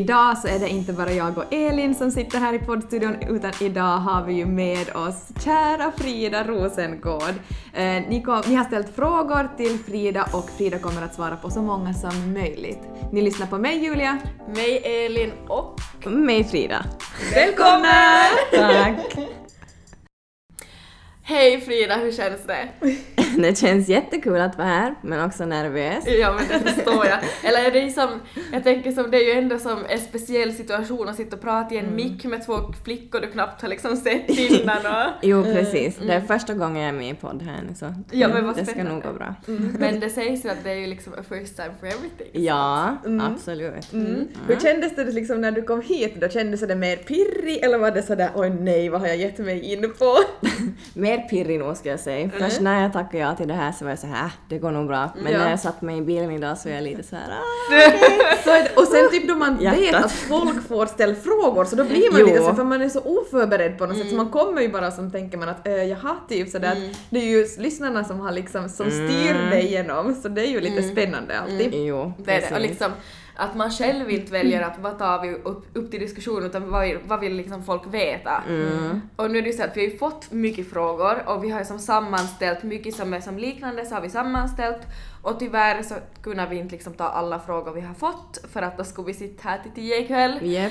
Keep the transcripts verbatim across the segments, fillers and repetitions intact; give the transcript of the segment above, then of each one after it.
idag så är det inte bara jag och Elin som sitter här i poddstudion, utan idag har vi ju med oss kära Frida Rosengård. Eh, ni, kom, ni har ställt frågor till Frida och Frida kommer att svara på så många som möjligt. Ni lyssnar på mig Julia, mig Elin och mig Frida. Välkomna! Tack! Hej Frida, hur känns det? Det känns jättekul att vara här, men också nervös. Ja, men det förstår jag. Eller är det som, jag tänker som det är ju ändå som en speciell situation att sitta och prata i en mm. mick med två flickor du knappt har liksom sett innan. Och... Jo, precis. Det är första gången jag är med i podd här nu, så ja, men vad det ska nog gå bra. Mm. Men det sägs ju att det är ju liksom a first time for everything. Ja, mm. absolut. Mm. Mm. Hur kändes det liksom när du kom hit? Då kändes det mer pirrig eller var det sådär, oj nej, vad har jag gett mig in på? Mer pirrig nog ska jag säga. Mm. Först när jag tackade ja till det här så var jag så här, det går nog bra. Men ja. när jag satt mig i bilen idag så var jag lite så här. så det, och sen typ då man Hjärtat. vet att folk får ställa frågor så då blir man jo. lite så, för man är så oförberedd på något mm. sätt så man kommer ju bara som tänker man att äh, jaha typ sådär mm. att det är ju lyssnarna som har liksom som styr mm. dig igenom så det är ju lite mm. spännande alltid. Mm. Jo, det är det. Och liksom att man själv inte väljer att vad tar vi upp, upp till diskussion utan vad, vad vill liksom folk veta. Mm. Och nu är det ju så att vi har ju fått mycket frågor och vi har ju som sammanställt mycket som är som liknande så har vi sammanställt och tyvärr så kunde vi inte liksom ta alla frågor vi har fått för att då skulle vi sitta här till tio ikväll. Yep.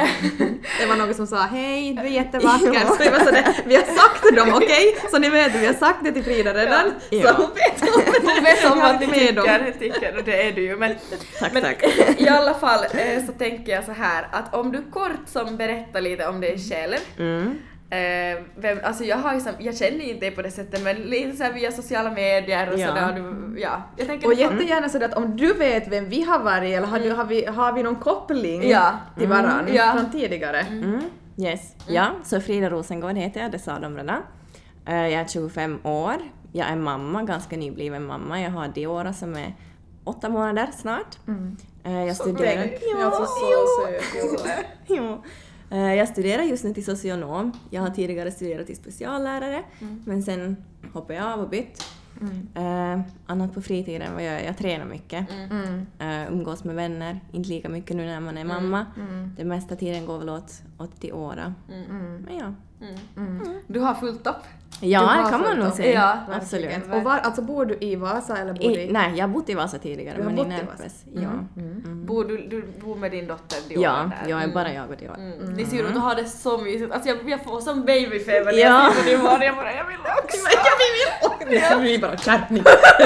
Det var någon som sa hej, du är jättevacker. Så vi, var så där, vi har sagt till dem, okej? Okay? Så ni vet, vi har sagt det till Frida redan. Ja. Så hon vet om det. Hon vet om vad ni tycker, tycker och det är du ju. Men, tack, men tack. I alla fall så tänker jag så här att om du kort som berättar lite om dig själv. Mm. Eh, vem, alltså jag har ju som, jag känner inte dig på det sättet men lite så här via sociala medier och ja. sådär du, ja. Jag tänker och jättegärna så att om du vet vem vi har varit eller har, mm. du, har, vi, har vi någon koppling ja. till varann mm. ja. från tidigare. Mm. Mm. Yes, mm. ja, så Frida Rosengård heter jag, det sa de redan. Uh, jag är tjugofem år, jag är mamma, ganska nybliven mamma, jag har Diora som är åtta månader snart. Mm. Uh, jag så studerar... Ja, jag får så söt. Jo. Jag studerar just nu till socionom. Jag har tidigare studerat till speciallärare, mm. men sen hoppade jag av och bytt. Mm. Uh, annat på fritiden var jag, jag tränar mycket. Mm. Uh, umgås med vänner, inte lika mycket nu när man är mamma. Mm. Det mesta tiden går väl åt, åt till åra. Mm. Men ja. Mm. Mm. Du har fullt upp. Ja, det kan man nog säga. Ja, absolut. Och var, alltså bor du i Vasa eller bor I, du i... Nej, jag har bott i Vasa tidigare, men i Närpes. Ja. Mm. Mm. Bor du, du bor med din dotter Dior ja, där? Ja, jag är bara jag och Dior. Mm. Mm. Ni ser ut att ha det så mysigt. Alltså jag, jag får som babyfeber när ja. jag ser på Dior. Jag bara, jag vill också. jag vill också. Det blir bara kärpning.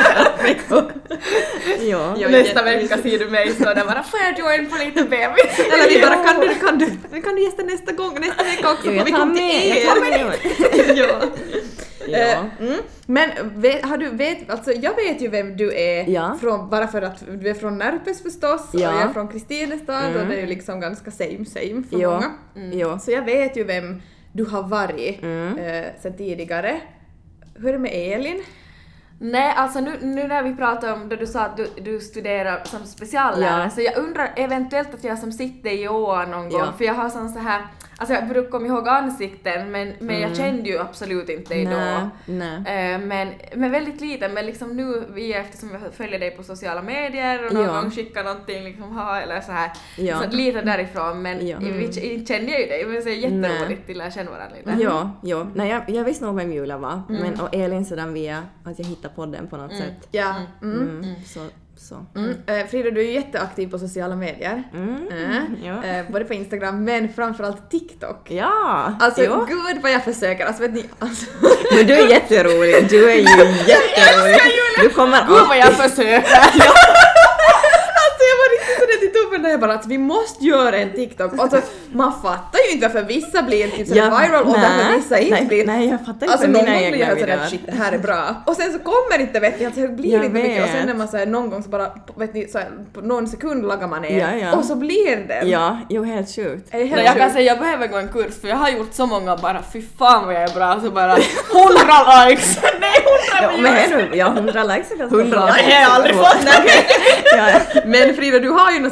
ja. Nästa vecka ser du mig så där bara, får jag join på lite bebis? Eller vi bara, kan du, kan du, kan du gästa nästa gång, nästa vecka också? Jo, jag tar med, jag tar med. ja. Ja. Uh, mm. Men vet, har du vet, alltså jag vet ju vem du är ja. från, bara för att du är från Närpes förstås ja. och jag är från Kristinestad mm. och det är ju liksom ganska same same för jo. många. Mm. Så jag vet ju vem du har varit mm. uh, sen tidigare. Hur är det med Elin? Nej, alltså nu, nu när vi pratar om det du sa att du, du studerar som speciallärare ja. så jag undrar eventuellt att jag som sitter i år någon gång ja. för jag har sån så här alltså jag brukar komma ihåg ansikten men, men mm. jag kände ju absolut inte dig då. Nej. Uh, men, men väldigt liten men liksom nu vi eftersom jag följer dig på sociala medier och någon ja. gång skickar någonting liksom ha eller så här ja. så lite därifrån men ja. mm. inte kände jag ju dig men så är det jätteroligt till att känna varandra lite. Ja, ja. Nej, jag, jag visste nog vem Julia var mm. men och Elin sedan via att jag hittade podden på något mm. sätt. Ja. Mm. Mm. Mm. Så Så. Mm. Mm. Frida, du är ju jätteaktiv på sociala medier. Mm. Mm. Ja. Eh, både på Instagram men framförallt TikTok. Ja. Alltså jo. gud vad jag försöker. Alltså vet ni alltså. Men du är jätterolig. Du är ju jätterolig. Du kommer gud vad jag försöker. Alltså jag var riktigt sådär till tuppen där jag bara att vi måste göra en TikTok. Alltså man fattar ju inte varför vissa blir typ så ja, viral och varför vissa inte nej, blir. Nej, jag fattar inte alltså, mina egna videor. Alltså någon gång blir jag sådär shit det här är bra. Och sen så kommer inte vet ni alltså det blir jag inte vet. mycket och sen när man såhär någon gång så bara vet ni såhär på någon sekund lagar man ner ja, ja. och så blir det. Ja, jo helt sjukt. Är det helt jag sjukt? Kan säga jag behöver gå en kurs för jag har gjort så många bara fy fan vad jag är bra så bara hundra likes. Nej hundra ja, men är du, ja hundra likes är ganska hundra likes. Jag har aldrig fått det. ja, ja. Men Frida du har ju någon sån här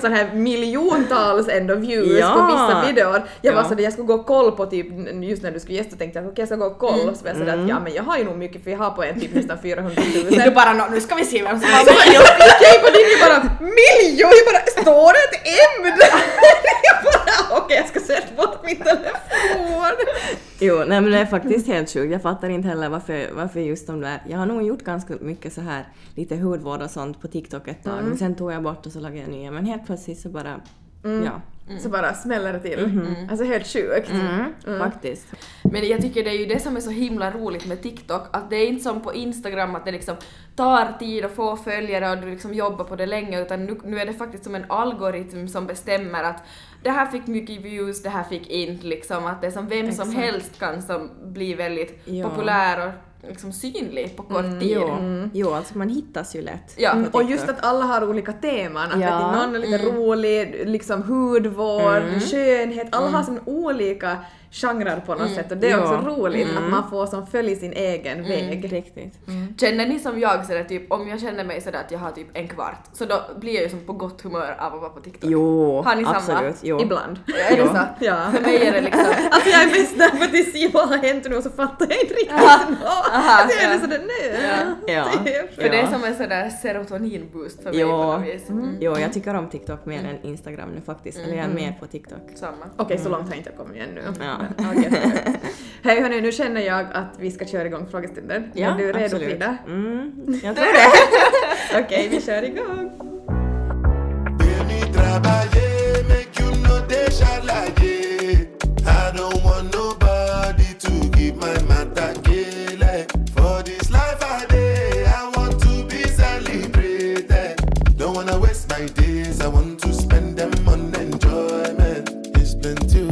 miljontals ändå views ja. på vissa videor. Jag var ja. så att jag skulle gå och kolla på typ, just när du skulle gästa tänkte jag okej okay, jag ska gå och kolla mm. och så var jag sådär att ja men jag har ju nog mycket för jag har på en typ nästan fyrahundratusen. Du bara, no, nu ska vi se vem som har det. Jag gick på din och bara miljon, jag bara, står det ett M där? Jag bara, okej okay, jag ska sätta bort min telefon. Jo, nej men det är faktiskt helt sjukt. Jag fattar inte heller varför, varför just de där. Jag har nog gjort ganska mycket så här lite hudvård och sånt på TikTok ett tag. Mm. Men sen tog jag bort och så lagade jag nya. Men helt plötsligt så bara, mm. ja. Mm. Så bara smäller det till. Mm. Alltså helt sjukt. Mm. Mm. Faktiskt. Men jag tycker det är ju det som är så himla roligt med TikTok. Att det är inte som på Instagram att det liksom tar tid att få följare och du liksom jobbar på det länge. Utan nu, nu är det faktiskt som en algoritm som bestämmer att det här fick mycket views, det här fick inte liksom. Att det är som vem Exakt. Som helst kan som bli väldigt ja. Populär och liksom synlig på kort mm, tid. Jo, mm. jo, alltså man hittas ju lätt. Ja. Mm, och just att alla har olika teman. Att ja. någon är lite mm. rolig, liksom hudvård, mm. skönhet. Alla mm. har som olika genrer på något mm. sätt och det är ja. Också roligt mm. att man får som följa sin egen mm. väg. Riktigt. Mm. Känner ni som jag sådär typ, om jag känner mig sådär att jag har typ en kvart så då blir jag ju som på gott humör av att vara på TikTok. Jo, har ni absolut. Samma? Jo. Ibland. Är det så? Ja. För mig är det liksom... alltså jag är mest där för att se vad har hänt nu och så fattar jag inte riktigt. Alltså jag är ja. Sådär nu. Ja. Ja. För ja. Det är som en sådär serotoninboost för mig jo. På något vis. Mm. Jo, jag tycker om TikTok mer mm. än Instagram nu faktiskt. Mm. Eller jag är mer på TikTok. Samma. Okej, okay, mm. så långt har jag inte kommit igen nu. Ja. Okay. Hej hörni, nu känner jag att vi ska köra igång frågestunden. Ja, är du redo absolut. Frida? Mm, jag tror det. Okej, okay, vi kör igång. I don't want nobody to give my matter kill. For this life I day, I want to be celebrated. Don't wanna waste my days, I want to spend them on enjoyment. It's been too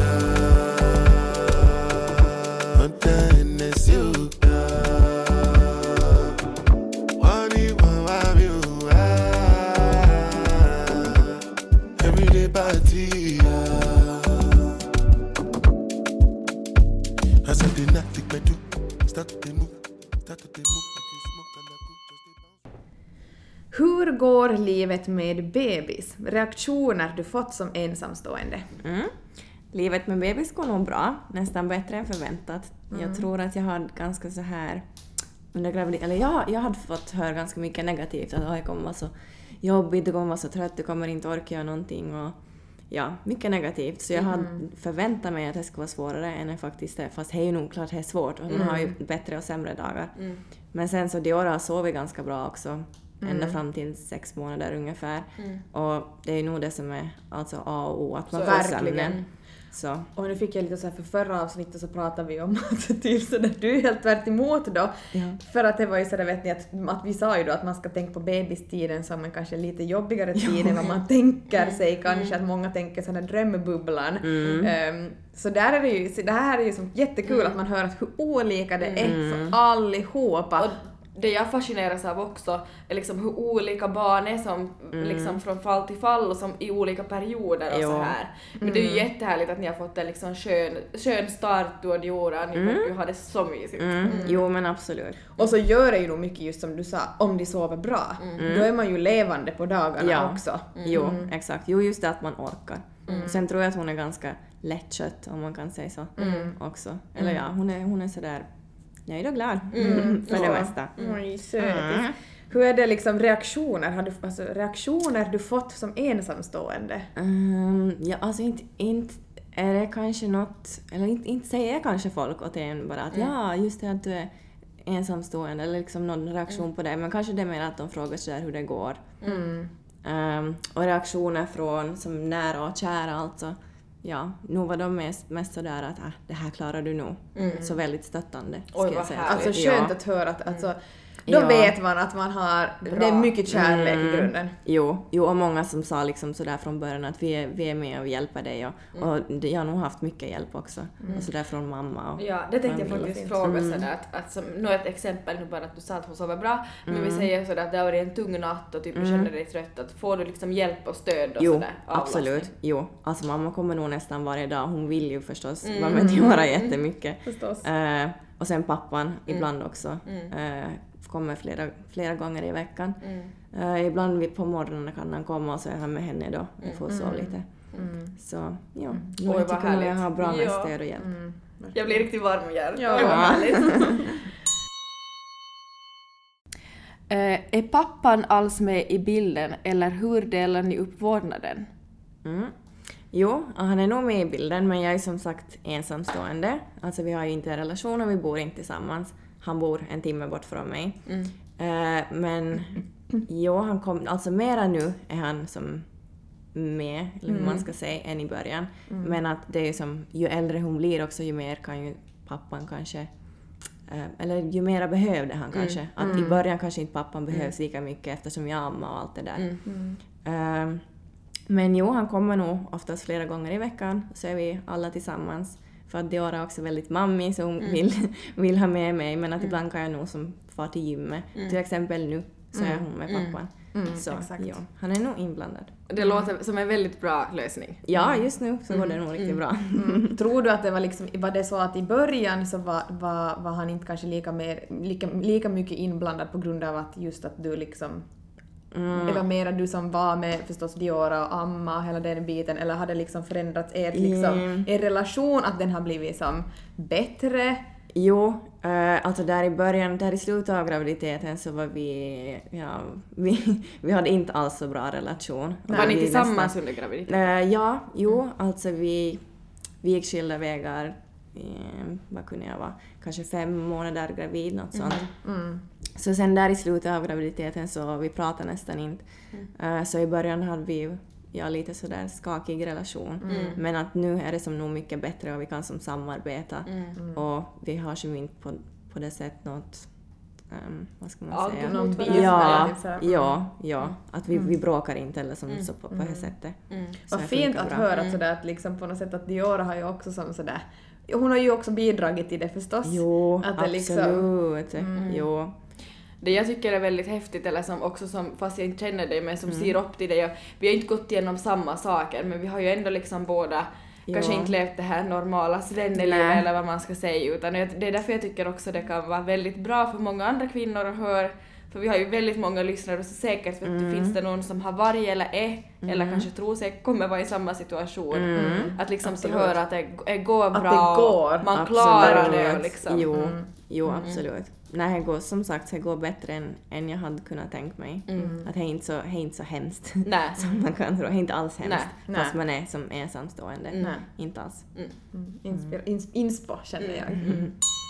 Hur går livet med bebis? Reaktioner du fått som ensamstående? Mm. Livet med bebis går nog bra, nästan bättre än förväntat. Mm. Jag tror att jag har ganska så här under graviditet, eller jag, jag hade fått höra ganska mycket negativt att jag kommer vara så jobbigt, du kommer vara så trött, du kommer inte orka göra någonting och ja, mycket negativt. Så jag mm. hade förväntat mig att det skulle vara svårare än det faktiskt är. Fast det är ju nog klart det är svårt och man mm. har ju bättre och sämre dagar. Mm. Men sen så Diora har sovit ganska bra också. Mm. Ända fram till sex månader ungefär. Mm. Och det är ju nog det som är alltså A och O, att man får sömnen. Så. Och nu fick jag lite så här, för förra avsnittet så pratade vi om att typ så där, du är helt tvärt emot då. Ja. För att det var ju så där, vet ni, att, att vi sa ju då att man ska tänka på bebistiden som en kanske lite jobbigare tid än vad man tänker sig. Kanske mm. att många tänker sådana drömbubblan. Mm. Um, så där är det ju, det här är ju som jättekul mm. att man hör att hur olika det är mm. för allihopa. Och det jag fascineras av också är liksom hur olika barn är som mm. liksom från fall till fall och som i olika perioder och jo. Så här. Men mm. det är ju jättehärligt att ni har fått en liksom skön, skön start du och Diora. Ni mm. har det så mysigt. Mm. Mm. Jo men absolut. Och så gör det ju nog mycket just som du sa, om de sover bra. Mm. Då är man ju levande på dagarna ja. Också. Mm. Jo, exakt. Jo just det att man orkar. Mm. Sen tror jag att hon är ganska lättkött om man kan säga så mm. också. Eller ja, hon är, hon är sådär nöjd och glad mm. för det mesta. Oj, mm. Hur är det liksom reaktioner? Har du, alltså, reaktioner du fått som ensamstående? Um, ja, alltså inte, inte är det kanske något, eller inte, inte säger kanske folk åt en bara att mm. ja, just det att du är ensamstående eller liksom någon reaktion mm. på det. Men kanske det är mer att de frågar sig hur det går. Mm. Um, och reaktioner från som nära och kära alltså. Ja, nu var de mest, mest sådär att ah, det här klarar du nog. Mm. Så väldigt stöttande. Oj, vad säga. Alltså skönt ja. Att höra att alltså, då ja. Vet man att man har, bra. Det är mycket kärlek mm. i grunden. Jo, jo, och många som sa liksom sådär från början att vi är, vi är med och hjälper dig. Och, mm. och det, jag har nog haft mycket hjälp också. Mm. Och sådär från mamma. Och ja, det tänkte jag faktiskt fråga mm. sådär att, att som, nu är ett exempel nu bara att du sa att hon sover bra. Men mm. vi säger sådär att det har varit en tung natt och typ mm. du känner dig trött. Att får du liksom hjälp och stöd och jo, sådär? Absolut. Jo, alltså mamma kommer nog nästan varje dag. Hon vill ju förstås mm. vara med till göra jättemycket. Förstås. Uh, och sen pappan mm. ibland också. Mm. Uh, kommer flera, flera gånger i veckan. Uh, ibland vi, på morgonen kan han komma och så är han med henne då. Vi får Mm. sova lite. Mm. Så ja, Oj, jag vad tycker nog jag härligt. har bra med Ja. stöd och hjälp. Mm. Jag blir riktigt varm och hjärta. Ja. Oj, vad härligt. Eh, är pappan alls med i bilden eller hur delar ni upp vårdnaden? Mm. Jo, han är nog med i bilden, men jag är som sagt ensamstående. Alltså vi har ju inte en relation och vi bor inte tillsammans. Han bor en timme bort från mig. Mm. Eh, men jo, han kom, alltså mera nu är han som med, eller hur man ska säga, än i början. Men att det är som, ju äldre hon blir också, ju mer kan ju pappan kanske, eh, eller ju mera behövde han kanske. Att i början kanske inte pappan behövs lika mycket eftersom jag ammar och allt det där. Mm. Eh, men jo, han kommer nog oftast flera gånger i veckan, så är vi alla tillsammans. För att Diora är också väldigt mammi, så hon vill, vill ha med mig. Men att ibland kan jag nog som far till gymmet. Till exempel nu så är hon med pappan. Mm, Så exakt. ja, han är nog inblandad. Det låter som en väldigt bra lösning. Ja, just nu så går det nog riktigt bra. Mm. Tror du att det var liksom, var det så att i början så var, var, var han inte kanske lika, mer, lika, lika mycket inblandad på grund av att just att du liksom Mm. det var mera du som var med förstås Diora och Amma hela den biten, eller hade liksom förändrats er, liksom, Mm. er relation, att den har blivit som bättre? Jo, eh, alltså där i början, där i slutet av graviditeten så var vi, ja, vi, vi hade inte alls så bra relation. Var ni Vi tillsammans nästan- under graviditeten? Eh, ja, jo, alltså vi, vi gick skilda vägar, eh, vad kunde jag vara, kanske fem månader gravid, något sånt. Mm. Så sen där i slutet av graviditeten så vi pratade nästan inte. Eh, så i början hade vi ja, lite sådär skakig relation. Men att nu är det som nog mycket bättre och vi kan som samarbeta. Och vi har ju inte på, på det sättet något, um, vad ska man Agg säga? mot Någon varandra. Ja, typ sådär. ja, ja. Att vi, vi bråkar inte eller som så på, på det sättet. Mm. Så Vad det fint funkar att bra. höra att sådär att liksom på något sätt att Diora har ju också som sådär, hon har ju också bidragit till det förstås. Jo, Att det liksom- absolut. Jo. Det jag tycker är väldigt häftigt, eller som också som, fast jag inte känner dig, men som ser upp till dig. och Vi har inte gått igenom samma saker, men vi har ju ändå liksom båda Ja. kanske inte levt det här normala svennelivet Nej. eller vad man ska säga, utan det det är därför jag tycker också det kan vara väldigt bra för många andra kvinnor att höra. För vi har ju väldigt många lyssnare och så säkert vet du, finns det någon som har varit eller är, eller kanske tror sig kommer vara i samma situation. Att liksom så höra att det, det går bra det går. och man Absolut. klarar det och liksom. Jo, jo absolut. Nej, det går, som sagt, det går bättre än, än jag hade kunnat tänka mig. Att det är inte så, det är inte så hemskt Nej. som man kan tro. Det är inte alls hemskt. Nej. Fast man är som ensamstående. Nej. Inte alls. Inspir, ins, inspo känner jag. Mm.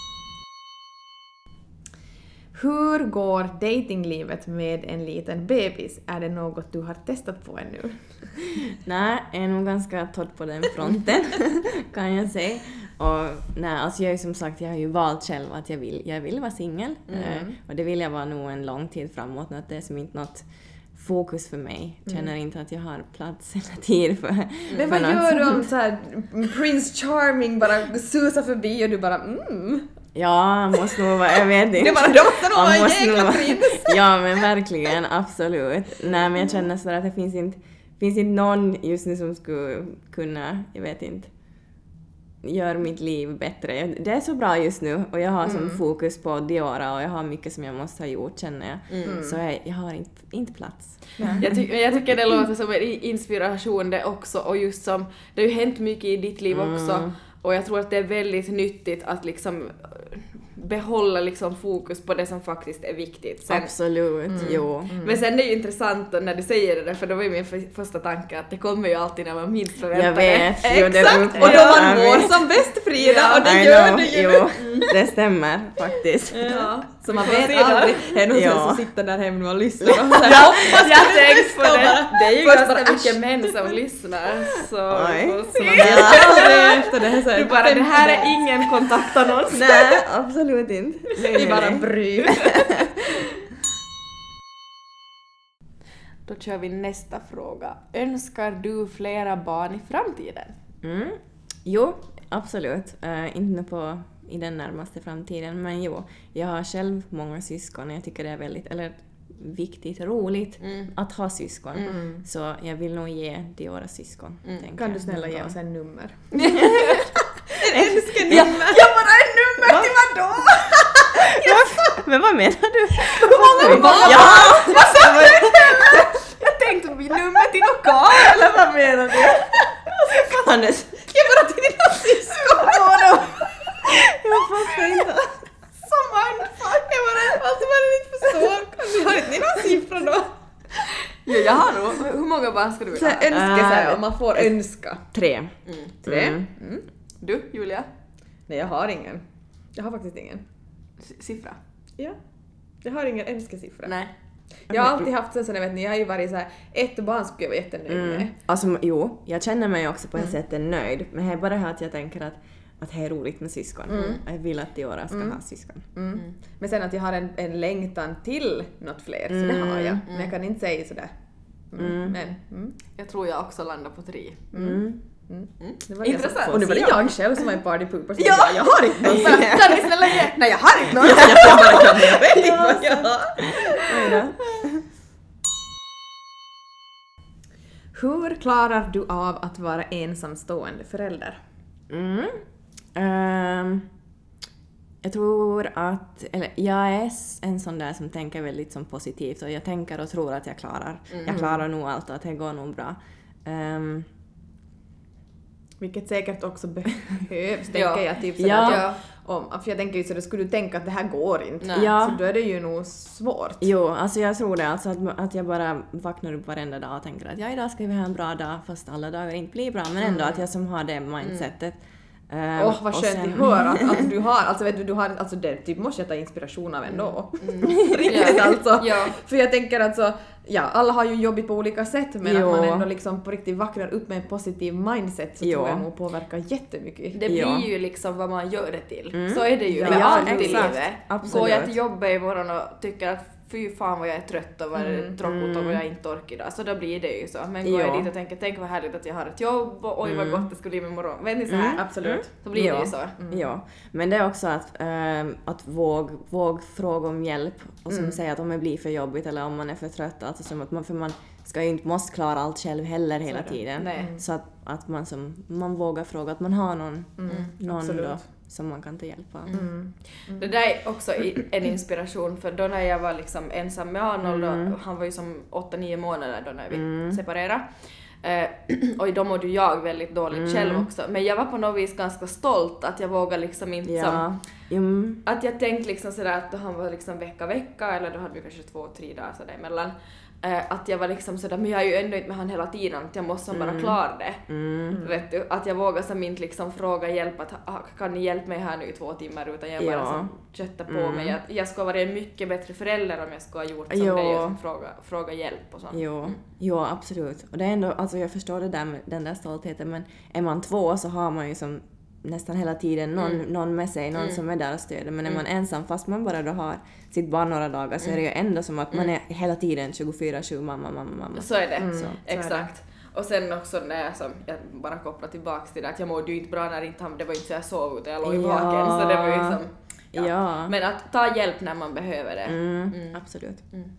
Hur går datinglivet med en liten bebis? Är det något du har testat på ännu? Nej, jag är nog ganska torrt på den fronten, kan jag säga. Och nej, alltså jag är som sagt, jag har ju valt själv att jag vill, jag vill vara singel. Eh, och det vill jag vara nog en lång tid framåt, att det är som inte något fokus för mig. Känner inte att jag har plats eller tid för, Men för vad något gör du sånt. om så här Prince Charming bara susar förbi och du bara mm? Ja, måste nog vara, jag vet inte. Det är bara, det måste nog Man vara en måste jäkla nog- prins! Ja, men verkligen, absolut. Nej, men jag känner sådär att det finns inte, finns inte någon just nu som skulle kunna, jag vet inte, göra mitt liv bättre. Det är så bra just nu och jag har som fokus på Diora och jag har mycket som jag måste ha gjort, känner jag. Så jag, jag har inte, inte plats. Jag, ty- jag tycker det låter som en i- inspiration det också, och just som, det har ju hänt mycket i ditt liv också, och jag tror att det är väldigt nyttigt att liksom behålla liksom fokus på det som faktiskt är viktigt. Sen, Absolut, jo. Men sen är det ju intressant då när du säger det där, för då var ju min för, första tanke att det kommer ju alltid när man minst förväntar Jag det. vet. Jo, det Exakt! är Och då man jag mår vet. som bäst, Frida, Ja, och det I gör know, det ju! Jo, det stämmer faktiskt. Ja. Så man Vi får vet se då. aldrig, är det någon Ja. som sitter där hemma och lyssnar och så här, hoppas Jag det tänkte på bästa och det. bara- Det är ju först ganska bara, mycket män som lyssnar. Så, Oj. så man Jag vet aldrig efter det här så här, du bara, det här är ingen kontaktannons. Nej, absolut inte. Nej, vi nej, bara nej. bryr. Då kör vi nästa fråga. Önskar du flera barn i framtiden? Mm. Jo, absolut. Uh, inte på i den närmaste framtiden, men jo. Jag har själv många syskon och jag tycker det är väldigt, eller viktigt, roligt att ha syskon. Så jag vill nog ge Diora syskon. tänker Kan du jag. snälla ge oss en nummer? Ja, Jag bara en nummer till vadå? men vad menar du? Vad? Ja! barn ska du vilja Så ha? önske så här, Äh, om man får önska. Tre. Mm. Tre? Mm. Mm. Du, Julia? Nej, jag har ingen. Jag har faktiskt ingen. S- siffra? Ja. Jag har ingen önskesiffra. Nej. Jag har alltid haft så, så vet ni, jag har ju varit så här, ett barn skulle jag vara jättenöjd med. Mm. Alltså jo, jag känner mig också på ett sätt nöjd, men det är bara här att jag tänker att, att det är roligt med syskon. Jag vill att Diora ska ha syskon. Mm. Men sen att jag har en, en längtan till något fler, så det har jag. Men jag kan inte säga sådär. Mm. Men, mm. Jag tror jag också landar på tre. Mm. Mm. Det var Intressant. Jag som, och nu var det jag själv som var en party pooper. Så Ja. jag, jag har inte någon. Kan ni snälla ge? Nej, jag har inte någon! Jag bara kan, men jag vet inte vad jag har. Oj då. Hur klarar du av att vara ensamstående förälder? Mm. Ehm, jag tror att, eller jag är s- en sån där som tänker väldigt som positivt och jag tänker och tror att jag klarar. Jag klarar nog allt och att det går nog bra. Ehm, Vilket säkert också behövs, tänker Ja. jag. Typ sådär Ja. att jag, om, för jag tänker ju så, då skulle du tänka att det här går inte. Nej. Ja. Så då är det ju nog svårt. Jo, alltså jag tror det. Alltså att, att jag bara vaknar upp varenda dag och tänker att ja, idag ska vi ha en bra dag fast alla dagar inte blir bra. Men ändå att jag som har det mindsetet. Ehm, Åh, vad och skönt sen- att höra att, att du har, alltså vet du, du har, alltså det typ måste jag ta inspiration av ändå. Mm. Riktigt Ja. alltså. Ja. För jag tänker alltså, ja, alla har ju jobbigt på olika sätt, men Jo. att man ändå liksom på riktigt vaknar upp med en positiv mindset så Jo. tror jag nog påverkar jättemycket. Det blir Ja. ju liksom vad man gör det till. Så är det ju Ja, med allt i exakt. livet. Absolut. Går jag till jobbet imorgon och tycker att fy fan vad jag är trött och vad Mm. tråkigt och vad jag inte orkar idag, så då blir det ju så. Men går Ja. jag dit och tänker, tänk vad härligt att jag har ett jobb och oj vad gott det skulle bli med imorgon. Vet ni så här? Absolut. Så blir det Ja. ju så. Ja, men det är också att, ähm, att våg, våg fråga om hjälp och som säger att om det blir för jobbigt eller om man är för trött, alltså som att man, för man ska ju inte måste klara allt själv heller hela tiden. Nej. Så att, att man, som, man vågar fråga, att man har någon, någon absolut. då som man kan ta hjälp av. Mm. Det där är också i- en inspiration, för då när jag var liksom ensam med Arnold, och han var ju som åtta nio månader då när vi separerade. Eh, och då mådde jag väldigt dåligt själv också. Men jag var på något vis ganska stolt att jag vågade liksom inte som... Ja. Mm. Att jag tänkte liksom sådär att då han var liksom vecka vecka, eller då hade vi kanske två, tre dagar sådär emellan. Eh, att jag var liksom sådär, men jag är ju ändå inte med han hela tiden, att jag måste bara klara det. Mm. Vet du, att jag vågar som inte liksom fråga hjälp att ah, kan ni hjälpa mig här nu i två timmar, utan jag bara Ja. som köttar på Mm. mig. Jag, jag skulle ha varit en mycket bättre förälder om jag skulle ha gjort som Ja. dig och som fråga, fråga hjälp och sånt. Jo, jo, absolut. Och det är ändå, alltså jag förstår det där med den där stoltheten, men är man två så har man ju som nästan hela tiden någon, Mm. någon med sig, någon Mm. som är där och stöder. Men är man ensam, fast man bara då har sitt barn några dagar, så är det ju ändå som att man är hela tiden tjugofyra sju mamma, mamma, mamma. Så är det, Mm, så är exakt. Och sen också när jag, som, jag bara kopplar tillbaks till det, att jag mådde ju inte bra när inte han, det var inte så jag sov utan jag låg i Ja. vaken, så det var ju som... Ja. Ja. Men att ta hjälp när man behöver det. Mm, Mm. absolut.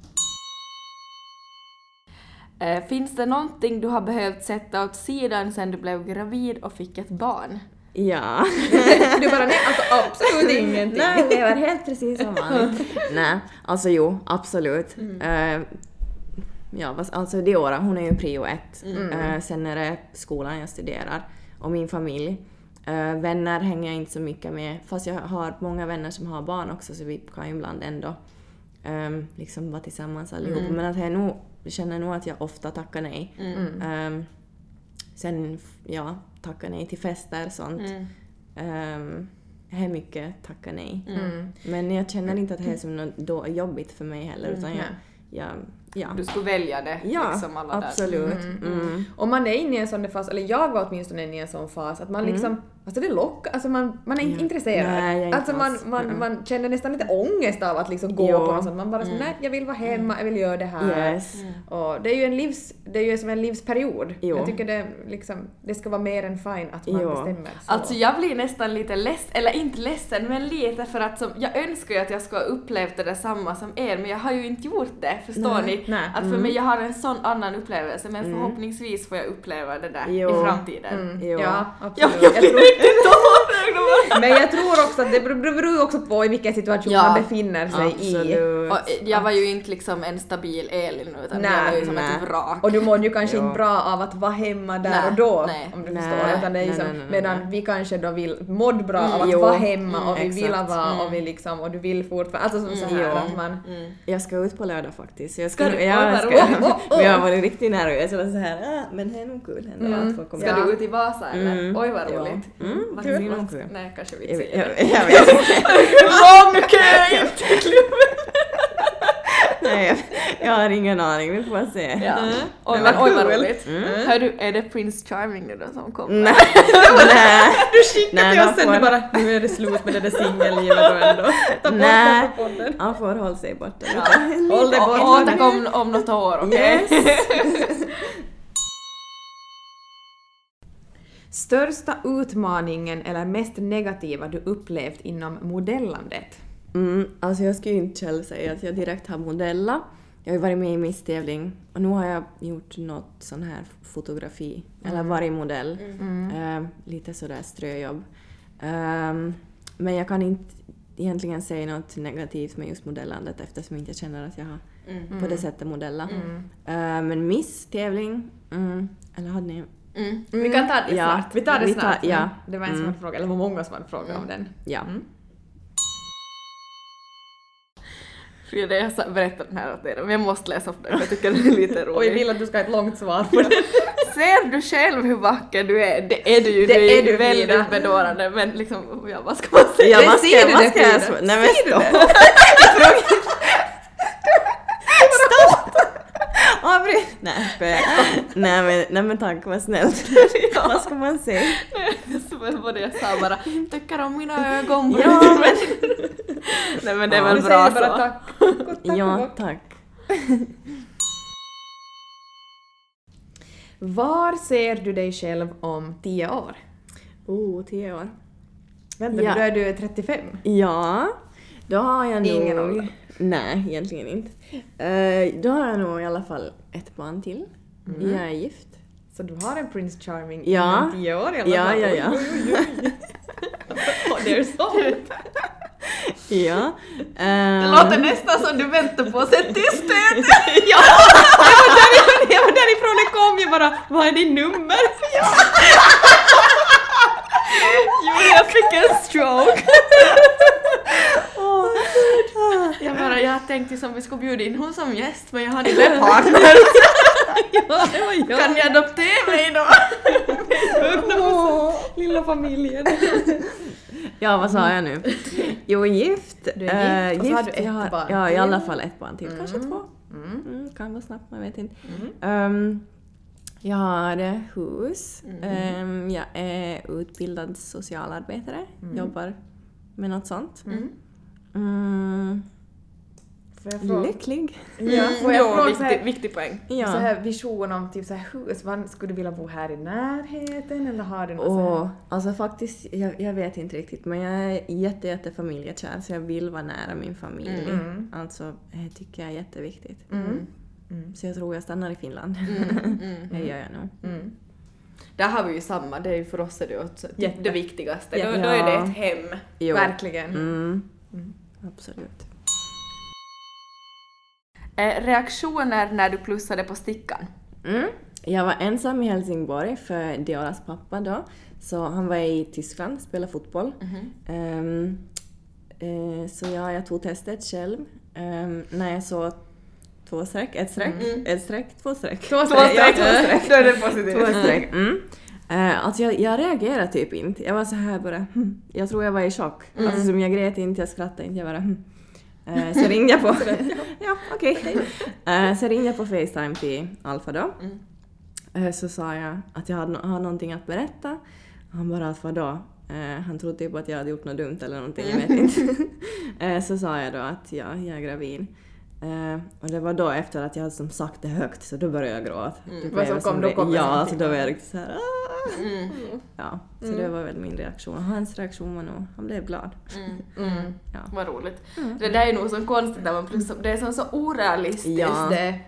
Eh, finns det någonting du har behövt sätta åt sidan sen du blev gravid och fick ett barn? Ja. Du bara nej, alltså absolut ingenting. Nej, det var helt precis som vanligt. Nej, alltså jo, absolut. Eh, ja, vad- alltså Diora, hon är ju prio ett. Eh, sen är det skolan jag studerar och min familj. Eh, vänner hänger jag inte så mycket med, fast jag har många vänner som har barn också, så vi kan ju ibland ändå um, liksom vara tillsammans allihop. Men att jag, nog, jag känner nog att jag ofta tackar nej. Um, sen, ja, tackar nej till fester och sånt. Mm. Um, det är mycket tacka nej. Mm. Men jag känner inte att det är som något då jobbigt för mig heller, utan jag, jag, ja. Du skulle välja det, Ja, liksom alla där. absolut. Mm. Om man är inne i en sån fas, eller jag var åtminstone inne i en sån fas, att man liksom, alltså det lockar, alltså man, man är inte Ja. intresserad. Nej, jag är inte alltså man, alls. man, Mm. man känner nästan lite ångest av att liksom gå Jo. på något sånt. Man bara så, nej jag vill vara hemma, jag vill göra det här. Yes. Och det är ju en livs, det är ju som en livsperiod. Jo. Jag tycker det liksom, det ska vara mer än fine att man Jo. bestämmer så. Alltså jag blir nästan lite ledsen, eller inte ledsen, men lite för att som, jag önskar ju att jag skulle ha upplevt det där samma som er, men jag har ju inte gjort det, förstår Nej, ni? nej. Att för mig, jag har en sån annan upplevelse, men förhoppningsvis får jag uppleva det där Jo. i framtiden. Mm. Jo. Ja, Jag, absolut. jag Jag blir tror, riktigt tårögd. Men jag tror också att det beror också på i vilken situation ja, man befinner sig absolut. i. Och jag var ju inte liksom en stabil Elin utan nej, jag var ju som nej. ett vrak. Och du mådde ju kanske inte bra av att vara hemma där nej, och då, nej, om du nej, förstår. Utan det är liksom, nej, nej, nej, medan nej. vi kanske då vill mådde bra mm, av att jo, vara hemma mm, och vi vill vara mm. och vi liksom och du vill fortfarande alltså så, mm, så här att man mm. jag ska ut på lördag faktiskt. Jag ska ska, jag ska oh, oh, oh. jag var riktigt nervös så var så här ah, men det är nog kul ändå mm. att få komma. Ska du ut i Vasa eller? Mm. Oj vad roligt. Ja. Mm. Vad kul. Kul. Nej, kanske vi jag, inte jag, jag, jag vet lång kö inte klubben. Nej, jag, jag har ingen aning, vi får se. Ja. Mm. Oj, men, oj vad roligt. Mm. Hör du, är det Prince Charming nu då som kommer? Nej. Nej. Du skickar till oss sen du bara, nu är det slut med det där singellivet och ändå. Ta bort det på podden. Han får hålla sig borta. Ja. Håll dig borta. Och återkom om något år, okej? Okay? Yes. Största utmaningen eller mest negativa du upplevt inom modellandet? Mm, alltså jag skulle inte själv säga att jag direkt har modellat. Jag har varit med i Miss-tävling och nu har jag gjort något sån här fotografi mm. eller varit modell. Mm. Uh, lite sådär ströjobb. Um, men jag kan inte egentligen säga något negativt med just modellandet eftersom jag inte känner att jag har mm. på det sättet modella. Mm. Uh, men Miss-tävling, mm, eller hade ni... Mm. Mm. Vi kan ta det ja, snart. Vi tar det vi tar, snart. Ja. Det var en mm. som hade fråga, eller var många som hade fråga mm. om den. Ja. Mm. För det jag berättat den här åt er, men jag måste läsa upp den för jag tycker det är lite roligt. Och jag vill att du ska ha ett långt svar på det. Ser du själv hur vacker du är? Det är du ju, det du är, är du väldigt vida. bedårande, men liksom, ja, vad ska man säga? Ja, vad ska, ser vad ska jag säga? Nej men stopp! Stopp! Avbryt! Nej, spöja. Nej men, nej men tack, vad snällt. Ja. Vad ska man säga? Så var det jag sa bara, tycker om mina ögon. Ja men... Nej men det är ja, väl bra så. Bara tack. tack. Ja, tack. Var ser du dig själv om tio år? Oh, tio år. Vänta, ja. Då är du trettiofem? Ja, då har jag nog... Ingen ålder? Nej, egentligen inte. Uh, då har jag nog i alla fall ett barn till. Mm. Jag är gift. Så du har en Prince Charming ja. inom tio år i alla ja, fall? Ja, ja, ja. Och there's hope. Ja. Um... Det låter nästan som du väntar på att sätta tysthet. Ja, jag var, därifrån, jag var därifrån det kom jag bara, vad är din nummer? Ja. Julia fick en stroke. Oh, jag bara, jag tänkte som vi skulle bjuda in hon som gäst, men jag hade inte partner. Ja, det var jag. Kan ni adoptera mig då? Oh, lilla familjen. Ja, vad sa jag nu? Jo, gift. Du är gift, uh, och så gift, har du ett har, barn Ja, till. i alla fall ett barn till. Mm. Kanske två. Mm. Mm, kan vara snabbt, man vet inte. Mm. Um, jag har hus. Mm. Um, jag är utbildad socialarbetare. Mm. Jobbar med något sånt. Mm. Mm. Får jag fråga? Lycklig. Ja, får jag jo, fråga viktig, så här, viktig poäng. Ja. Så här vision om typ så här hus. Vad, skulle du vilja bo här i närheten eller har du något oh, så här? Alltså faktiskt, jag, jag vet inte riktigt, men jag är jätte, jätte familjekär så jag vill vara nära min familj. Mm. Alltså, det tycker jag är jätteviktigt. Mm. Mm. Så jag tror jag stannar i Finland. Mm. Mm. Det gör jag nog. Mm. Där har vi ju samma, det är ju för oss är det, också, typ Jätte. det viktigaste. Ja. Då, då är det ett hem. Jo. Verkligen. Mm. Mm. Absolut. Eh, reaktioner när du plussade på stickan? Mm. Jag var ensam i Helsingborg för Dioras pappa då. Så han var i Tyskland, spelade fotboll. Mm-hmm. Um, uh, så ja, jag tog testet själv. Um, när jag såg två streck, ett streck, Mm. ett streck, två streck. Två streck, ja, två streck. Då är det positivt. Två streck, mm. Uh, alltså jag, jag reagerade typ inte. Jag var så här bara, hm. Jag tror jag var i chock. Mm. Alltså som jag grät inte, jag skrattade inte, jag bara hm. Uh, så ringde jag på ja, okej. Okay. Uh, så ringde jag på FaceTime till Alfa då. Mm. Uh, så sa jag att jag hade, hade någonting att berätta. Han bara att vadå? Uh, han trodde typ att jag hade gjort något dumt eller någonting, jag vet inte. uh, så sa jag då att ja, jag är gravid. Uh, och det var då efter att jag hade som sagt det högt så då började jag gråta. Mm. Vad som kom, då kom ja, så alltså, då var jag riktigt så här. Mm. Ja, så Mm. det var väl min reaktion. Och hans reaktion var nog, han blev glad. Mm. Mm. Ja. Vad roligt. Mm. Det där är nog så konstigt när man plussar, det är så, så orealistiskt. Ja. Det.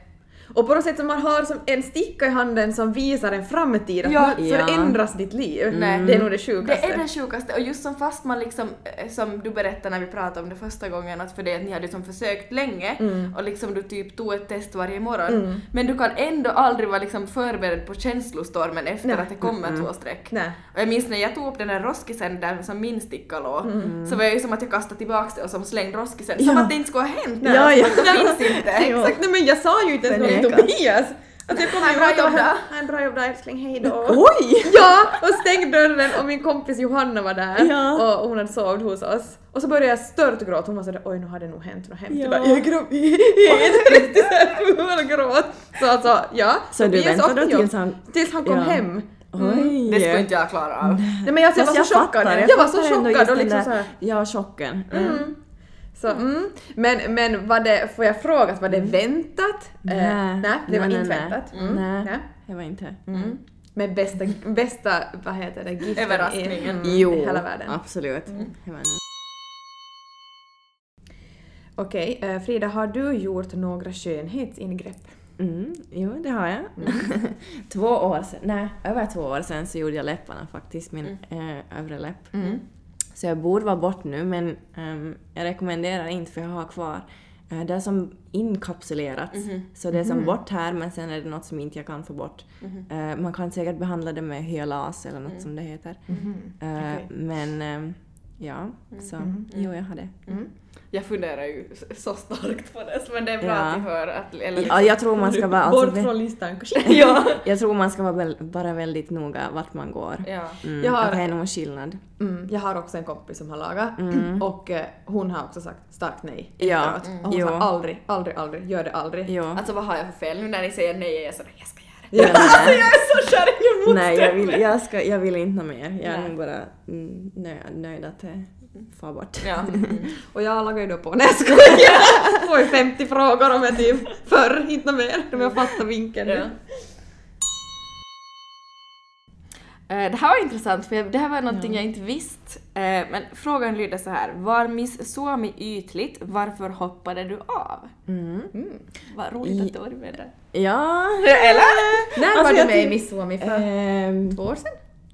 Och på något sätt som man har som en sticka i handen som visar en framtid, att Ja. nu förändras ditt liv. Nej. Det är nog det sjukaste. Det är det sjukaste, och just som fast man liksom, som du berättade när vi pratade om det första gången, att för det att ni hade liksom försökt länge Mm. och liksom du typ tog ett test varje morgon, men du kan ändå aldrig vara liksom förberedd på känslostormen efter Nej. att det kommer två streck. Nej. Och jag minns när jag tog upp den här roskisen där som min sticka låg, Mm. så var jag ju som att jag kastade tillbaka det och som slängde roskisen, som Ja. att det inte skulle ha hänt. Ja, ja. Det finns inte. Exakt, nej men jag sa ju inte ens något till Förnekar. Tobias. Att jag kommer Ha en bra ihåg att jobb då. ha en bra jobb då, älskling, hej då. Oj! Ja, och stängde dörren och min kompis Johanna var där Ja. och hon hade sovit hos oss. Och så började jag störtgråta, hon var sådär oj nu har det nog hänt något hemskt. Ja. Jag bara, jag är gravid, riktigt såhär fullgråt. Så alltså, ja. Så du Tobias väntade åkte då jobb tills han... tills han kom Ja. hem. Oj! Det skulle inte jag klara av. Nej men alltså, jag var Fast så chockad. fattar, Jag var så fattar ändå chockad just och den liksom där- såhär. Ja, chocken. Mm. Mm. Så, mm. Men, men var det, får jag fråga, var det väntat? Nej. Eh, nej, det var Nej, inte nej, nej. väntat. Mm. Nej. Nej. Det var inte... Mm. Men bästa, bästa, vad heter det, giften Överraskningen. i, Jo, i hela världen. absolut. Det var en... Okej, eh, Frida, har du gjort några skönhetsingrepp? Mm, jo, det har jag. två år sedan, nej, över två år sedan så gjorde jag läpparna faktiskt, min eh, övre läpp. Mm. Så jag borde vara bort nu, men ehm, jag rekommenderar inte för jag har kvar. Eh, det är som inkapsulerat, så det är som bort här, men sen är det något som inte jag kan få bort. Eh, man kan säkert behandla det med hyalas eller något som det heter. Eh, Okej. Men ehm, ja, så jo, jag har det. Mm. Jag funderar ju så starkt på det, men det är bra Ja. att ni hör att... Eller Ja, jag tror man ska vara... Alltså, Bort från listan. ja. jag tror man ska vara väl, bara väldigt noga vart man går. ja. Mm, Jag har- att det är någon skillnad. Mm, jag har också en kompis som har lagat och eh, hon har också sagt starkt nej Ja, efteråt. Och hon jo. sa aldrig, aldrig, aldrig, gör det aldrig. Jo. Alltså vad har jag för fel? Nu när ni säger nej är jag sådär, jag ska göra det. Ja, nej. Jag är så kär, jag måste! Nej, jag vill, jag, ska, jag vill inte ha mer. Jag är Nej. nog bara mm, nöjd, nöjd att det far bort. Ja. Och jag lagar ju då på, nej jag skojar! Får ju femtio frågor om jag typ förr, inte mer, om jag fattar vinkeln. Ja. Eh, Det här var intressant, för jag- det här var någonting jag inte visste. Eh, Men frågan lyder så här. Var Miss Suomi ytligt? Varför hoppade du av? Mm. Vad roligt att du var med där. Ja, Eller? När Alltså, var du jag med i tyck- Miss Suomi? För ehm, två år sedan?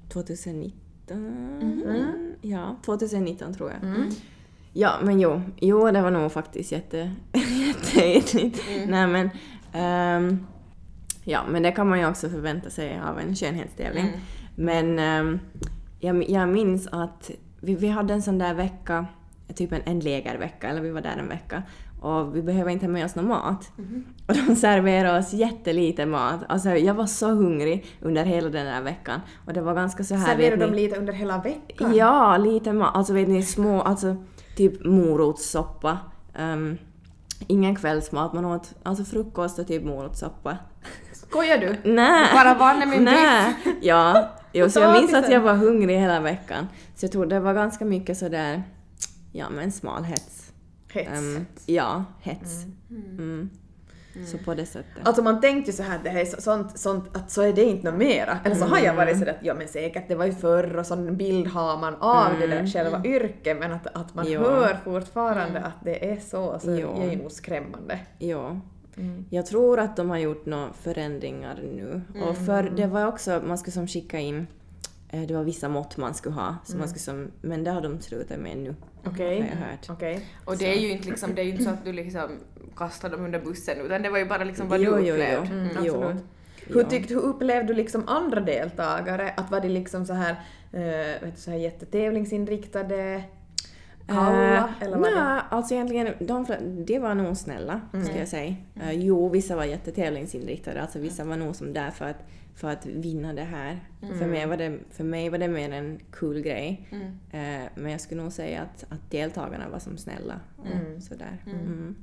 tjugonitton? Ja, tjugonitton tror jag. Mm. Ja, men jo, jo det var nog faktiskt jätte, jätteytligt. Nej men, ehm, ja men det kan man ju också förvänta sig av en skönhetstävling. Mm. Men ehm, jag, jag minns att vi, vi hade en sån där vecka, typ en, en lägervecka, eller vi var där en vecka. Och vi behöver inte ha med oss någon mat. Och de serverade oss jättelite mat. Alltså jag var så hungrig under hela den här veckan. Och det var ganska så här... Serverade vet de ni- lite under hela veckan? Ja, lite mat. Alltså vet ni, små, alltså typ morotssoppa. Um, ingen kvällsmat, man åt alltså frukost och typ morotssoppa. Skojar du? Nej! Bara vann med Nej! Ja, jo, så jag minns att Potatisen. jag var hungrig hela veckan. Så jag tror det var ganska mycket sådär, ja men smalhets. Hets. Um, ja, hets. Mm. Så på det sättet. Alltså man tänkte ju så här att det här är så, sånt, sånt, att så är det inte något mera. Eller så har jag varit sådär att ja men säkert det var ju förr och sån bild har man av det där själva yrket, men att, att man Jo. hör fortfarande att det är så, så Jo. är ju nog skrämmande. Ja. Jag tror att de har gjort några förändringar nu. Och för det var också, man skulle som skicka in, eh, det var vissa mått man skulle ha. Så man skulle som, men det har de slutat med nu. Okej? Har jag hört. Okej. Och det är ju inte liksom, det är ju inte så att du liksom kastar dem under bussen, utan det var ju bara liksom vad Jo, du jo, jo. upplevde. Mm, Jo. absolut. Hur, Ja. tyckte, hur upplevde du liksom andra deltagare? Att var det liksom så här, eh, vet du, så här jättetävlingsinriktade, kalla, eller var det? Nej, alltså egentligen, de, fl- de var nog snälla, ska jag säga. Eh, jo, vissa var jättetävlingsinriktade, alltså vissa var nog som där för att, för att vinna det här. För, mig var det, för mig var det mer en cool grej. Eh, men jag skulle nog säga att, att deltagarna var som snälla. Och sådär. Mm.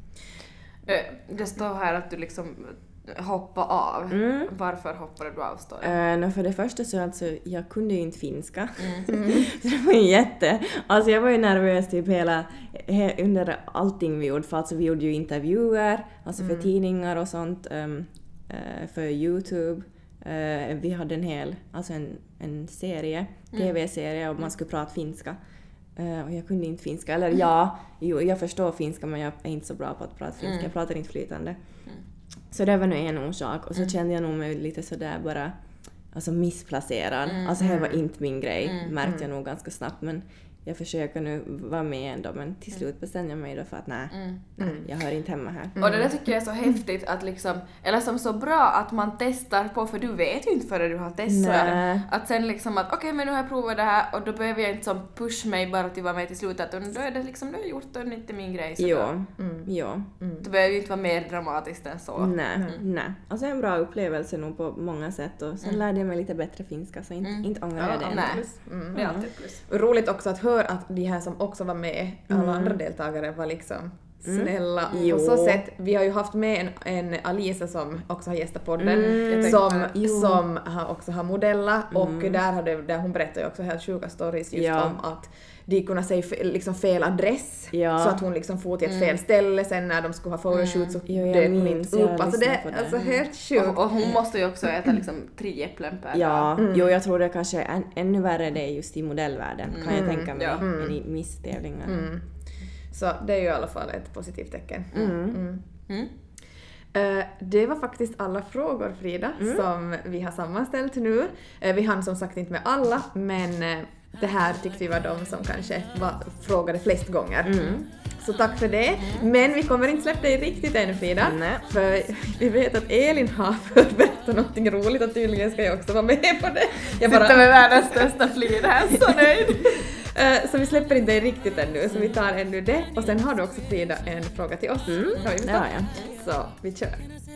Eh, Det står här att du liksom hoppar av. Mm. Varför hoppade du av, står det? Eh, no, för det första så alltså, jag kunde ju inte finska. Så det var ju jätte... Alltså jag var ju nervös typ hela... He, under allting vi gjorde. För alltså vi gjorde ju intervjuer, alltså för tidningar och sånt. Um, uh, för YouTube. Uh, vi hade en hel... Alltså en, en serie. T V-serie och man skulle prata finska. Uh, och jag kunde inte finska. Eller ja, jo, jag förstår finska men jag är inte så bra på att prata finska. Jag pratar inte flytande. Så det var nog en orsak. Och så Mm. kände jag nog mig lite sådär bara alltså missplacerad. Mm. Alltså det var inte min grej, Mm. märkte jag nog ganska snabbt. Men jag försöker nu vara med ändå, men till slut bestämde jag mig då för att nej, Mm. nej jag hör inte hemma här. Och det där tycker jag är så häftigt att liksom, eller som så bra att man testar på, för du vet ju inte före du har testat Nej. det. Att sen liksom att okej okay, men nu har jag provat det här och då behöver jag inte som push mig bara till att vara med till slutet och då är det liksom, då har jag gjort och det är inte min grej. Så Jo, då, Mm. jo. det behöver ju inte vara mer dramatiskt än så. Nej, nej. Alltså en bra upplevelse nog på många sätt och sen lärde jag mig lite bättre finska så inte, Mm. inte ångrar jag det. nej. Plus. Mm. Det är alltid ett plus. Och roligt också att höra att de här som också var med, alla andra deltagare var liksom snälla. Jo. På så sätt, vi har ju haft med en, en Alisa som också har gästat podden, Mm, som, jo. som har också har modella och där, hade, där hon berättade ju också helt sjuka stories just Ja. om att de kunde säga fe, liksom fel adress Ja. så att hon liksom får till ett fel ställe sen när de skulle ha photoshoot så Jo, jag dök hon minns, inte jag upp. Alltså det lyssnade på är det. alltså helt sjukt. Och, och hon måste ju också äta liksom tre äpplen per dag. Ja, jo jag tror det kanske är än, ännu värre det just i modellvärlden kan jag tänka mig ja. än i misstävlingar. Mm. Så det är ju i alla fall ett positivt tecken. Mm. Mm. Eh, det var faktiskt alla frågor, Frida, som vi har sammanställt nu. Eh, vi hann som sagt inte med alla, men eh, det här tyckte vi var de som kanske var frågade flest gånger. Så tack för det. Men vi kommer inte släppa dig riktigt än, Frida. Nej. För vi vet att Elin har förberett någonting roligt och tydligen ska jag också vara med på det. Jag Sitter med världens största flin här, så nöjd. Eh, så vi släpper inte dig riktigt ännu, så vi tar ännu det. Och sen har du också, Frida, en fråga till oss. Mm, Har vi det har jag. Så vi kör.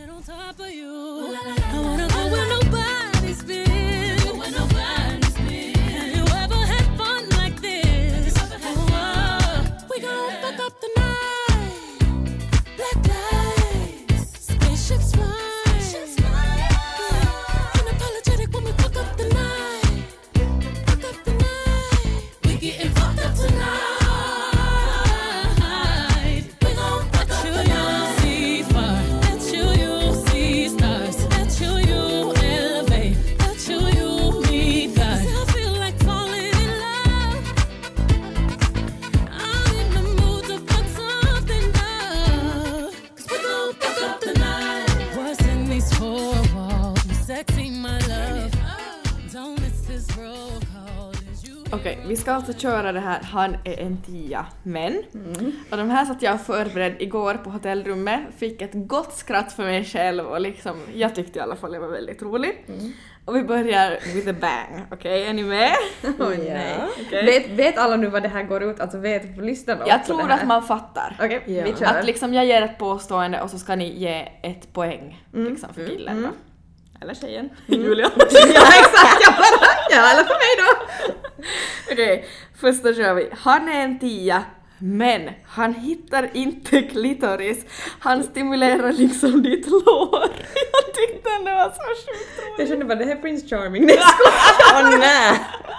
Okej, vi ska alltså köra det här Han är en tia, men. Och de här satt jag förberedd igår på hotellrummet, fick ett gott skratt för mig själv och liksom, jag tyckte i alla fall det var väldigt roligt. Och vi börjar with a bang, okej? Okay, är ni med? Oj, nej. Okej. Vet, vet alla nu vad det här går ut? Alltså vet lyssnarna Jag också tror det här? att man fattar. Okej, Ja. vi kör. Att liksom jag ger ett påstående och så ska ni ge ett poäng liksom för killen då. Eller tjejen, Julia. Ja, exakt! Jag bara, ja, eller för mig då. Okej, första kör vi. Han är en tia, men han hittar inte klitoris. Han stimulerar liksom ditt lår. Jag tyckte det var så sjukt roligt. Jag kände bara, det här är Prince Charming. Nej, Åh nej!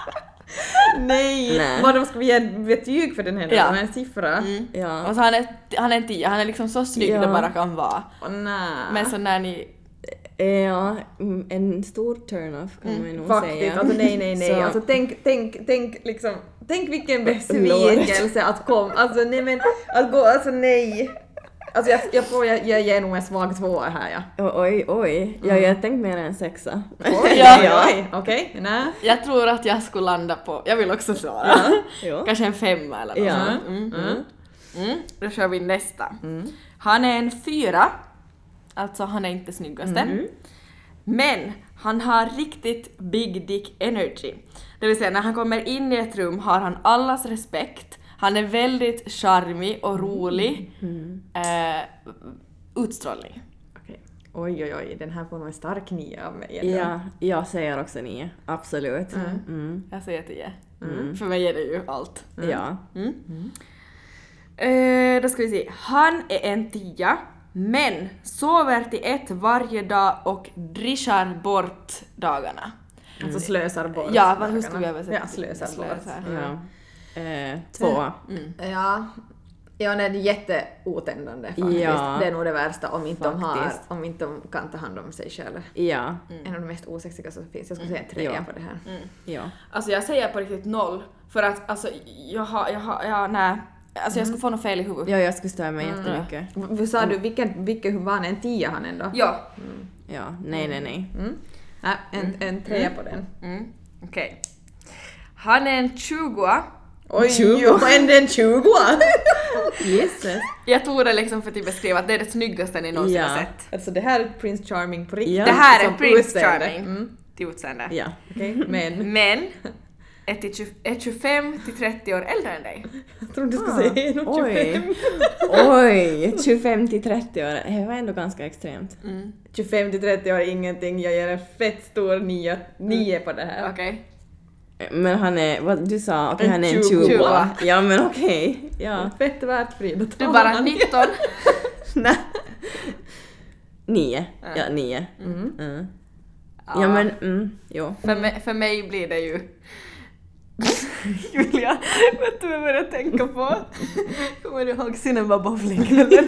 nej. Nej. Vad de ska vi ge betyg för den här? Ja. Ja. En siffra? Ja. Och så han är, han är en tia, han är liksom så snygg Ja. det bara kan vara. Åh nej. Men så när ni... Ja, mm, en stor turn-off kan man ju nog Faktiskt, säga. alltså nej, nej, nej. Så- Alltså tänk, tänk, tänk liksom, tänk vilken besvikelse att komma, alltså nej men, att gå, alltså nej. Alltså jag, jag får, jag, jag ger nog en svag tvåa här ja. O- Oj, oj. Ja, jag har tänkt mer än en sexa. Oj, Ja. oj, oj. Okej, nej. Jag tror att jag skulle landa på, jag vill också svara. Jo. Kanske en femma eller något Ja. sånt. Mm. Mm. Mm. Då kör vi nästa. Han är en fyra, alltså han är inte snyggaste. Men han har riktigt big dick energy. Det vill säga när han kommer in i ett rum har han allas respekt. Han är väldigt charmig och rolig. Eh, utstrålning. Okej. Oj, oj, oj, den här får nog en stark nia av mig ändå. Ja, jag säger också nio. Absolut. Mm. Jag säger tio. För mig är det ju allt. Ja. Eh, då ska vi se. Han är en tia, men sover till ett varje dag och drischar bort dagarna. Alltså slösar bort. Ja, vad, hur ska vi översätta? Ja, slösar bort. Ja. Eh, två. Ja. Ja, nej, det är jätteotändande faktiskt. Ja. Det är nog det värsta om inte, de har, Faktiskt. om inte de kan ta hand om sig själva. Ja. En av de mest osexiga som finns. Jag skulle säga en trea Ja. på det här. Ja. Alltså jag säger på riktigt noll, för att alltså jag har, jag har, ja nej. Alltså jag skulle få något fel i huvudet. Ja, jag skulle störa mig jättemycket. Vad sa du, vilken, vilken var han? En tia han ändå? Ja. Ja, nej, nej, nej. Mm. Ja, en, en trea på den. Mm. Okej. Okay. Han är en tjugo. Oj, tjugo. Ändå en tjugo! Jesus. Jag tog det liksom för att beskriva att det är det snyggaste ni någonsin Ja. har sett. Alltså det här är Prince Charming på riktigt. Ja. Det här är Som Prince utseende. Charming Mm. till utseende. Ja. Okej, men Men är, till tjugo, är tjugofem till trettio år äldre än dig. jag trodde du skulle Ah, säga en och tjugofem. Oj. Oj, tjugofem till trettio år. Det var ändå ganska extremt. Mm. tjugofem till trettio år är ingenting, jag ger en fett stor nio, nio på det här. Okej. Men han är, vad du sa, okej En han är en tjugo. tjugo. Ja, men okej. Ja. Fett värt Frida. Du är bara nitton. Nej. Nio. Ja. Ja, nio. Mm. Mm. Ja, men mm, jo. För, mig, för mig blir det ju... Julia, vet du vad jag börjar tänka på? Kommer du ihåg Cinema Bowling-kvällen?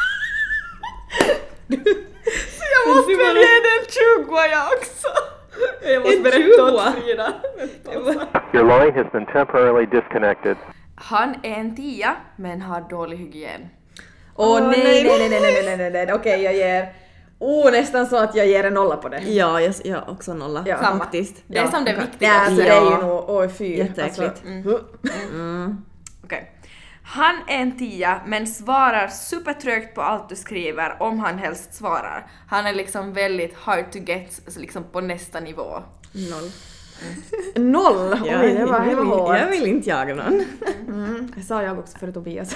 Så jag måste väl ge den tjugo jag också! Jag måste En berätta tjugo? åt Frida. Your line has been temporarily disconnected. Han är en tia, men har dålig hygien. Åh nej, nej, nej, nej, nej, nej, nej, nej. Okej, jag ger... Oh, nästan så att jag ger en nolla på det. Ja, jag, jag också nolla. Ja. Samma. Faktiskt. Det är som det Ja, viktigaste. alltså, det är ju Ja. nog... Oj, fy. Jätteäckligt. Alltså, Mm. Okej. Han är en tia, men svarar supertrögt på allt du skriver om han helst svarar. Han är liksom väldigt hard to get, liksom på nästa nivå. Noll. Noll! Oj, Ja, det var, det var jag, vill, hårt. jag vill inte jaga någon. Mm. Det sa jag också för Tobias.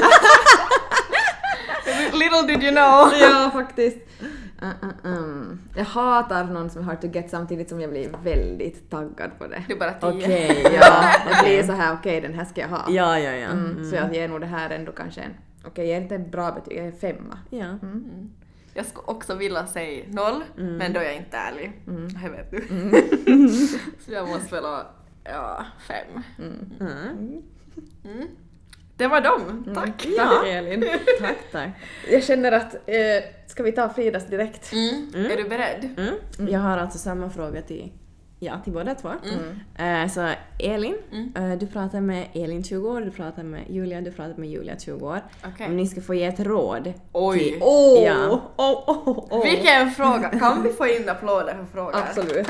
Little did you know! Ja, faktiskt. Uh, uh, um. Jag hatar någon som är hard to get samtidigt som jag blir väldigt taggad på det. Du är bara tio. Okej, Ja, ja. jag blir så här, okej, den här ska jag ha. Ja, ja, ja. Mm. Mm. Så jag ger nog det här ändå kanske en... Okej, jag ger inte en bra betyg, jag ger femma. Ja. Mm. Jag skulle också vilja säga noll, men då är jag inte ärlig. Mm. Jag vet du. Så jag måste väl ha, ja, fem. Mm. Mm. Det var dem, tack! Ja. Tack Elin. Tack, tack. Jag känner att, eh, ska vi ta Fridas direkt? Mm. Mm. Är du beredd? Mm. Jag har alltså samma fråga till, ja, till båda två. Mm. Eh, så Elin, Mm. eh, du pratar med Elin tjugo år, du pratar med Julia, du pratar med Julia tjugo år. Okej. Om ni ska få ge ett råd. Oj. Till, Åh! Ja. Åh, åh, åh. Vilken fråga! Kan vi få in applåder för frågan? Absolut.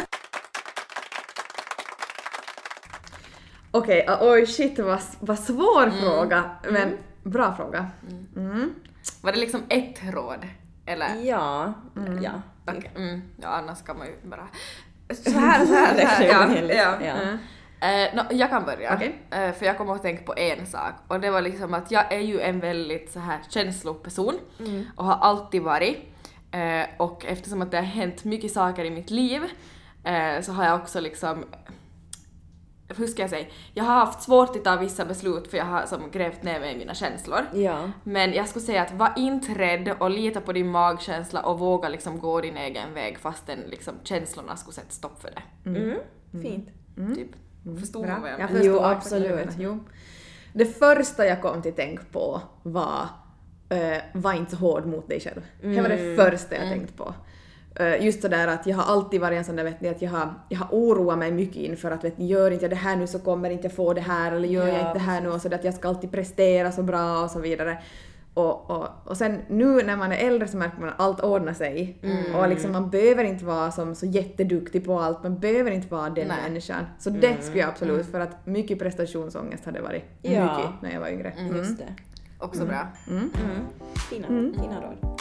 Okej, okay, oj shit vad, vad svår Mm. fråga, men bra fråga. Mm. Var det liksom ett råd? Eller? Ja, ja. Okej. Mm. Ja, annars kan man ju bara... Så här, så här, så här. Det kan Ja, bli ja. ja. Mm. Eh, no, jag kan börja, Okej. Eh, för jag kommer att tänka på en sak och det var liksom att jag är ju en väldigt så här känsloperson och har alltid varit eh, och eftersom att det har hänt mycket saker i mitt liv eh, så har jag också liksom, hur ska jag säga, jag har haft svårt att ta vissa beslut för jag har som grävt ner mig i mina känslor. Ja. Men jag skulle säga att var inte rädd och lita på din magkänsla och våga liksom gå din egen väg fastän liksom känslorna skulle sätta stopp för det. Mm. Fint. Typ. Förstår Bra. man vad jag Jag menar? förstår Jo, vad du absolut. menar. Jo. Det första jag kom till tänk på var uh, var inte så hård mot dig själv. Det var det första jag tänkte på. Uh, just sådär att jag har alltid varit en sån där, vet ni, att jag har, jag har oroat mig mycket inför att vet ni, gör inte jag det här nu så kommer inte jag få det här eller gör jag Ja, inte det här nu och så att jag ska alltid prestera så bra och så vidare. Och, och, och sen nu när man är äldre så märker man att allt ordnar sig. Och liksom, man behöver inte vara som så jätteduktig på allt, man behöver inte vara den Nej. människan. Så det skulle jag absolut, för att mycket prestationsångest hade varit Ja. mycket när jag var yngre. Mm. Just det. Också bra. Mm. Fina, fina råd.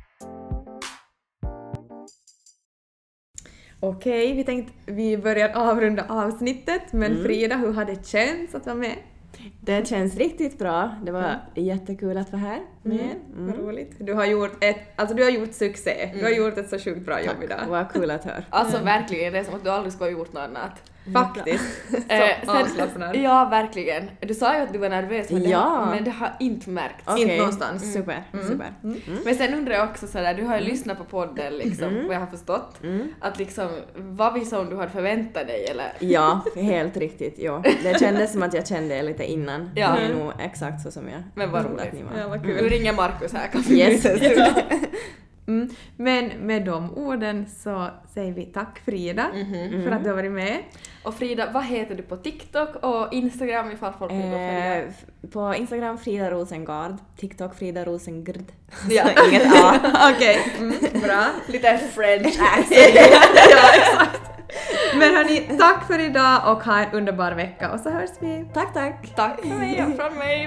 Okej, vi tänkte vi börjar avrunda avsnittet, men Frida, hur har det känts att vara med? Det känns riktigt bra. Det var jättekul att vara här med er. Vad Mm. roligt. Du har gjort ett, alltså du har gjort succé. Du har gjort ett så sjukt bra jobb idag. Vad kul att höra. Alltså verkligen, det är som att du aldrig skulle ha gjort något annat. Faktiskt. Eh, Så avslappnad. Ja, verkligen. Du sa ju att du var nervös, men, Ja. det, men det har inte märkts. Okej. Inte någonstans. Super, super. Men sen undrar jag också sådär, du har ju lyssnat på podden liksom, vad jag har förstått. Att liksom, var vi som du hade förväntat dig eller? Ja, helt riktigt. Ja. Det kändes som att jag kände er lite innan. Ja. Det är nog exakt så som jag Men vad trodde att roligt. ni var. Ja, vad Nu kul. ringer Markus här, kan vi Yes. byta studio? Mm. Men med de orden så säger vi tack Frida mm-hmm. för att du har varit med. Och Frida, vad heter du på TikTok och Instagram ifall folk vill gå följa? Eh, på Instagram Frida Rosengard, TikTok Frida Rosengard. Ja. Så inget A. Okej, okay. mm, bra. Lite French accent. Ja, exakt. Men hörni, tack för idag och ha en underbar vecka och så hörs vi. Tack, tack. Tack för mig och från mig.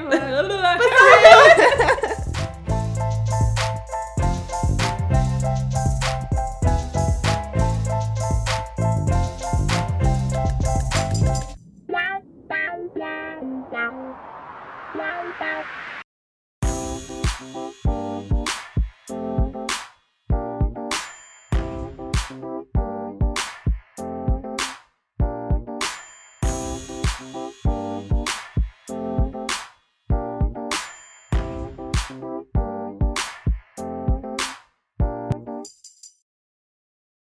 Wow, wow.